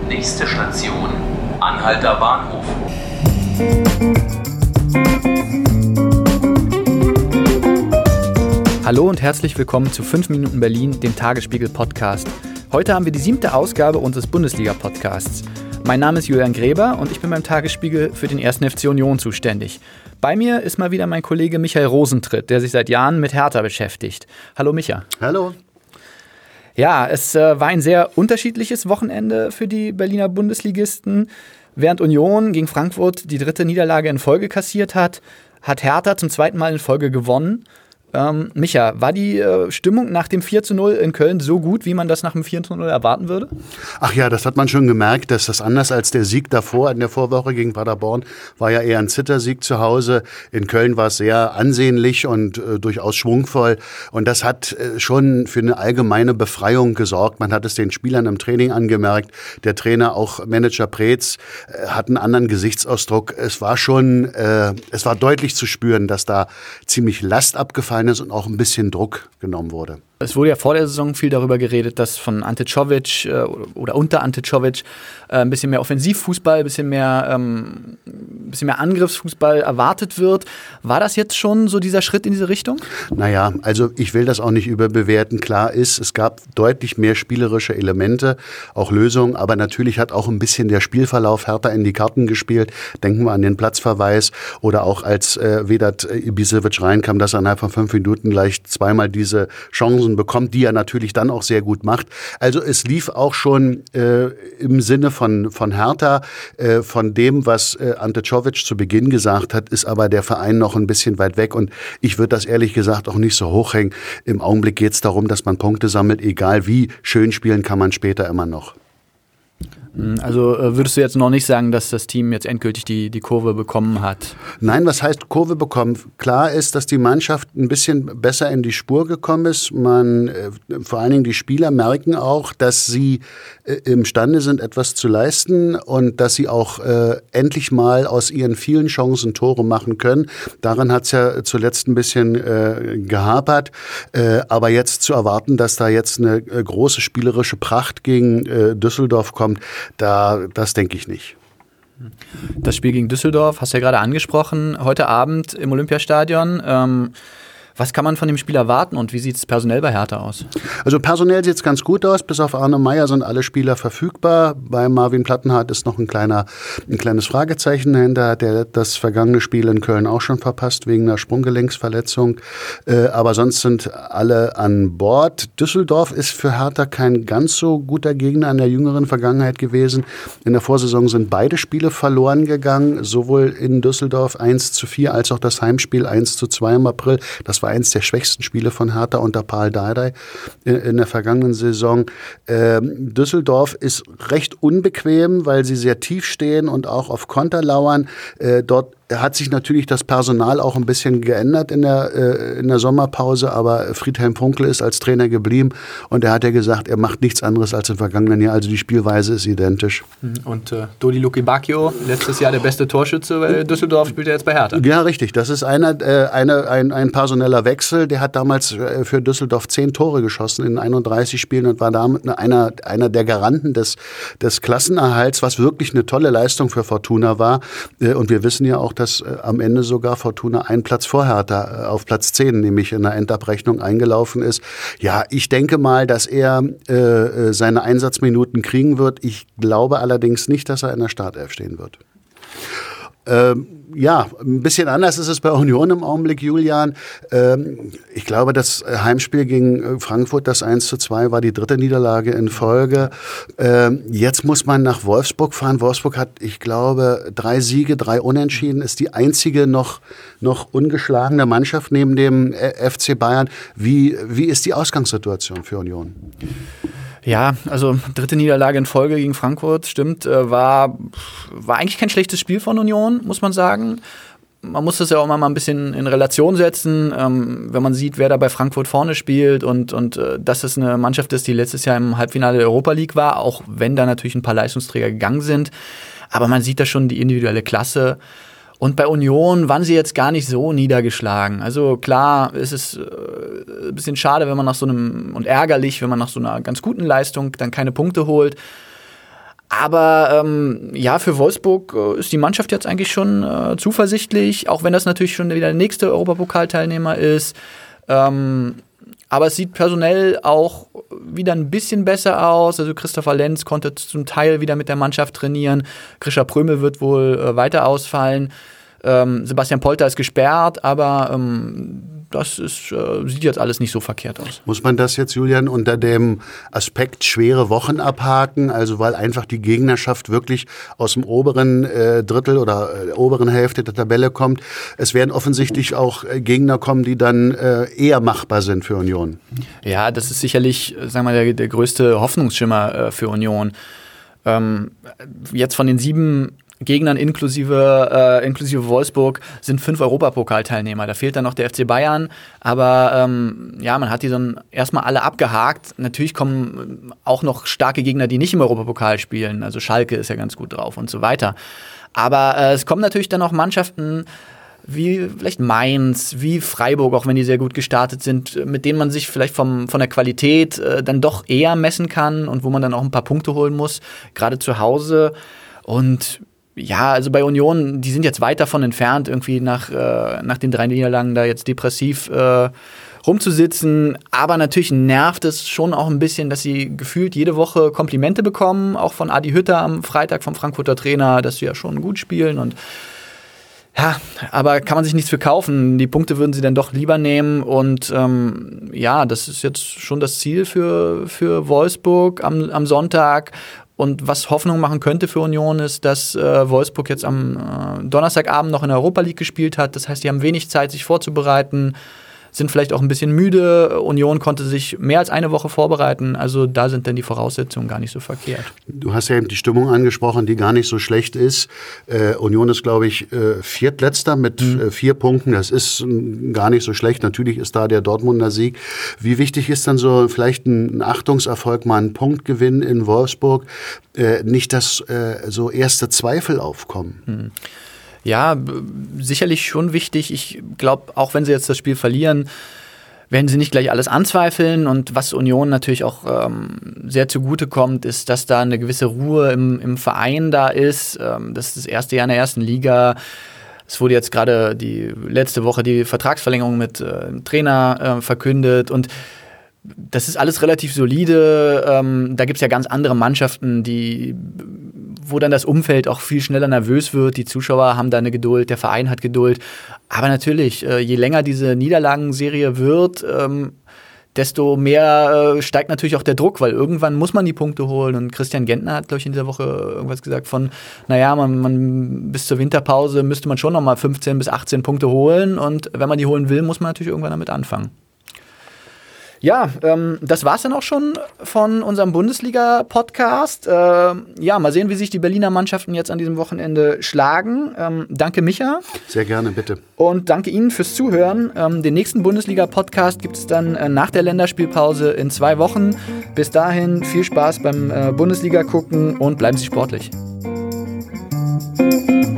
Nächste Station, Anhalter Bahnhof. Hallo und herzlich willkommen zu 5 Minuten Berlin, dem Tagesspiegel-Podcast. Heute haben wir die 7. Ausgabe unseres Bundesliga-Podcasts. Mein Name ist Julian Gräber und ich bin beim Tagesspiegel für den 1. FC Union zuständig. Bei mir ist mal wieder mein Kollege Michael Rosentritt, der sich seit Jahren mit Hertha beschäftigt. Hallo Micha. Hallo. Ja, es war ein sehr unterschiedliches Wochenende für die Berliner Bundesligisten. Während Union gegen Frankfurt die 3. Niederlage in Folge kassiert hat, hat Hertha zum 2. Mal in Folge gewonnen. Micha, war die Stimmung nach dem 4:0 in Köln so gut, wie man das nach dem 4:0 erwarten würde? Ach ja, das hat man schon gemerkt, dass das anders als der Sieg davor in der Vorwoche gegen Paderborn war ja eher ein Zittersieg zu Hause. In Köln war es sehr ansehnlich und durchaus schwungvoll. Und das hat schon für eine allgemeine Befreiung gesorgt. Man hat es den Spielern im Training angemerkt. Der Trainer, auch Manager Preetz, hat einen anderen Gesichtsausdruck. Es war deutlich zu spüren, dass da ziemlich Last abgefallen ist und auch ein bisschen Druck genommen wurde. Es wurde ja vor der Saison viel darüber geredet, dass von Ante Czovic oder unter Ante Czovic ein bisschen mehr Offensivfußball, ein bisschen mehr Angriffsfußball erwartet wird. War das jetzt schon so dieser Schritt in diese Richtung? Naja, also ich will das auch nicht überbewerten. Klar ist, es gab deutlich mehr spielerische Elemente, auch Lösungen, aber natürlich hat auch ein bisschen der Spielverlauf Hertha in die Karten gespielt. Denken wir an den Platzverweis oder auch als Vedat Ibisevic reinkam, dass er innerhalb von 5 Minuten gleich zweimal diese Chancen bekommt, die er natürlich dann auch sehr gut macht. Also es lief auch schon im Sinne von Hertha. Von dem, was Ante Czovic zu Beginn gesagt hat, ist aber der Verein noch ein bisschen weit weg und ich würde das ehrlich gesagt auch nicht so hochhängen. Im Augenblick geht es darum, dass man Punkte sammelt, egal wie, schön spielen kann man später immer noch. Also würdest du jetzt noch nicht sagen, dass das Team jetzt endgültig die Kurve bekommen hat? Nein, was heißt Kurve bekommen? Klar ist, dass die Mannschaft ein bisschen besser in die Spur gekommen ist. Vor allen Dingen die Spieler merken auch, dass sie imstande sind, etwas zu leisten und dass sie auch endlich mal aus ihren vielen Chancen Tore machen können. Daran hat es ja zuletzt ein bisschen gehapert. Aber jetzt zu erwarten, dass da jetzt eine große spielerische Pracht gegen Düsseldorf kommt, das denke ich nicht. Das Spiel gegen Düsseldorf hast du ja gerade angesprochen, heute Abend im Olympiastadion. Was kann man von dem Spiel erwarten und wie sieht es personell bei Hertha aus? Also personell sieht es ganz gut aus. Bis auf Arne Meyer sind alle Spieler verfügbar. Bei Marvin Plattenhardt ist noch ein kleines Fragezeichen dahinter. Der hat das vergangene Spiel in Köln auch schon verpasst wegen einer Sprunggelenksverletzung. Aber sonst sind alle an Bord. Düsseldorf ist für Hertha kein ganz so guter Gegner in der jüngeren Vergangenheit gewesen. In der Vorsaison sind beide Spiele verloren gegangen. Sowohl in Düsseldorf 1:4 als auch das Heimspiel 1:2 im April. Das war eins der schwächsten Spiele von Hertha unter Paul Dardai in der vergangenen Saison. Düsseldorf ist recht unbequem, weil sie sehr tief stehen und auch auf Konter lauern. Dort hat sich natürlich das Personal auch ein bisschen geändert in der Sommerpause, aber Friedhelm Funkel ist als Trainer geblieben und er hat ja gesagt, er macht nichts anderes als im vergangenen Jahr. Also die Spielweise ist identisch. Und Dodi Lukebakio, letztes Jahr der beste Torschütze bei Düsseldorf, spielt er jetzt bei Hertha. Ja, richtig. Das ist ein personeller Wechsel. Der hat damals für Düsseldorf 10 Tore geschossen in 31 Spielen und war damit einer der Garanten des Klassenerhalts, was wirklich eine tolle Leistung für Fortuna war. Und wir wissen ja auch, dass am Ende sogar Fortuna einen Platz vor Hertha auf Platz 10, nämlich in der Endabrechnung eingelaufen ist. Ja, ich denke mal, dass er seine Einsatzminuten kriegen wird. Ich glaube allerdings nicht, dass er in der Startelf stehen wird. Ja, ein bisschen anders ist es bei Union im Augenblick, Julian. Ich glaube, das Heimspiel gegen Frankfurt, das 1:2, war die 3. Niederlage in Folge. Jetzt muss man nach Wolfsburg fahren. Wolfsburg hat, ich glaube, 3 Siege, 3 Unentschieden, ist die einzige noch ungeschlagene Mannschaft neben dem FC Bayern. Wie ist die Ausgangssituation für Union? Ja, also 3. Niederlage in Folge gegen Frankfurt, stimmt, war eigentlich kein schlechtes Spiel von Union, muss man sagen. Man muss das ja auch mal ein bisschen in Relation setzen, wenn man sieht, wer da bei Frankfurt vorne spielt und dass es eine Mannschaft ist, die letztes Jahr im Halbfinale der Europa League war, auch wenn da natürlich ein paar Leistungsträger gegangen sind. Aber man sieht da schon die individuelle Klasse. Und bei Union waren sie jetzt gar nicht so niedergeschlagen. Also klar, es ist ein bisschen schade, wenn man nach so einem, und ärgerlich, wenn man nach so einer ganz guten Leistung dann keine Punkte holt. Aber für Wolfsburg ist die Mannschaft jetzt eigentlich schon zuversichtlich, auch wenn das natürlich schon wieder der nächste Europapokalteilnehmer ist. Aber es sieht personell auch wieder ein bisschen besser aus. Also Christopher Lenz konnte zum Teil wieder mit der Mannschaft trainieren. Grisha Prömel wird wohl weiter ausfallen. Sebastian Polter ist gesperrt, aber sieht jetzt alles nicht so verkehrt aus. Muss man das jetzt, Julian, unter dem Aspekt schwere Wochen abhaken? Also weil einfach die Gegnerschaft wirklich aus dem oberen Drittel oder oberen Hälfte der Tabelle kommt. Es werden offensichtlich auch Gegner kommen, die dann eher machbar sind für Union. Ja, das ist sicherlich, sagen wir mal, der größte Hoffnungsschimmer für Union. Jetzt von den 7 Gegnern inklusive Wolfsburg sind 5 Europapokalteilnehmer. Da fehlt dann noch der FC Bayern. Aber man hat die dann erstmal alle abgehakt. Natürlich kommen auch noch starke Gegner, die nicht im Europapokal spielen. Also Schalke ist ja ganz gut drauf und so weiter. Aber es kommen natürlich dann auch Mannschaften wie vielleicht Mainz, wie Freiburg, auch wenn die sehr gut gestartet sind, mit denen man sich vielleicht von der Qualität dann doch eher messen kann und wo man dann auch ein paar Punkte holen muss, gerade zu Hause. Und ja, also bei Union, die sind jetzt weit davon entfernt, irgendwie nach den 3 Niederlagen da jetzt depressiv rumzusitzen. Aber natürlich nervt es schon auch ein bisschen, dass sie gefühlt jede Woche Komplimente bekommen, auch von Adi Hütter am Freitag, vom Frankfurter Trainer, dass sie ja schon gut spielen. Und ja, aber kann man sich nichts für kaufen. Die Punkte würden sie dann doch lieber nehmen. Und das ist jetzt schon das Ziel für Wolfsburg am Sonntag. Und was Hoffnung machen könnte für Union ist, dass Wolfsburg jetzt am Donnerstagabend noch in der Europa League gespielt hat. Das heißt, die haben wenig Zeit, sich vorzubereiten, sind vielleicht auch ein bisschen müde. Union konnte sich mehr als eine Woche vorbereiten. Also da sind dann die Voraussetzungen gar nicht so verkehrt. Du hast ja eben die Stimmung angesprochen, die gar nicht so schlecht ist. Union ist, glaube ich, Viertletzter mit 4 Punkten. Das ist gar nicht so schlecht. Natürlich ist da der Dortmunder Sieg. Wie wichtig ist dann so vielleicht ein Achtungserfolg, mal ein Punktgewinn in Wolfsburg? Nicht, dass so erste Zweifel aufkommen. Ja, sicherlich schon wichtig. Ich glaube, auch wenn sie jetzt das Spiel verlieren, werden sie nicht gleich alles anzweifeln. Und was Union natürlich auch sehr zugute kommt, ist, dass da eine gewisse Ruhe im Verein da ist. Das ist das erste Jahr in der ersten Liga. Es wurde jetzt gerade die letzte Woche die Vertragsverlängerung mit Trainer verkündet. Und das ist alles relativ solide. Da gibt es ja ganz andere Mannschaften, wo dann das Umfeld auch viel schneller nervös wird. Die Zuschauer haben da eine Geduld, der Verein hat Geduld. Aber natürlich, je länger diese Niederlagenserie wird, desto mehr steigt natürlich auch der Druck, weil irgendwann muss man die Punkte holen. Und Christian Gentner hat, glaube ich, in dieser Woche irgendwas gesagt von, man bis zur Winterpause müsste man schon noch mal 15 bis 18 Punkte holen. Und wenn man die holen will, muss man natürlich irgendwann damit anfangen. Ja, das war's dann auch schon von unserem Bundesliga-Podcast. Mal sehen, wie sich die Berliner Mannschaften jetzt an diesem Wochenende schlagen. Danke, Micha. Sehr gerne, bitte. Und danke Ihnen fürs Zuhören. Den nächsten Bundesliga-Podcast gibt es dann nach der Länderspielpause in 2 Wochen. Bis dahin viel Spaß beim Bundesliga gucken und bleiben Sie sportlich.